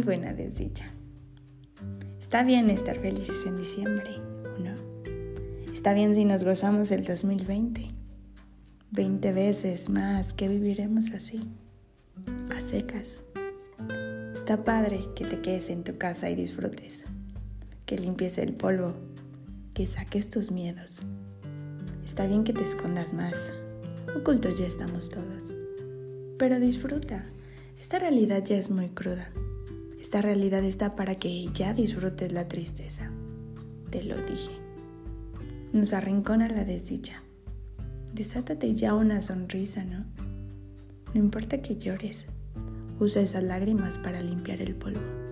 fue una desdicha. Está bien estar felices en diciembre, ¿o no? Está bien si nos gozamos el 2020. 20 veces más que viviremos así, a secas. Está padre que te quedes en tu casa y disfrutes, que limpies el polvo, que saques tus miedos. Está bien que te escondas más, ocultos ya estamos todos. Pero disfruta, esta realidad ya es muy cruda. Esta realidad está para que ya disfrutes la tristeza. Te lo dije. Nos arrincona la desdicha. Desátate ya una sonrisa, ¿no? No importa que llores. Usa esas lágrimas para limpiar el polvo.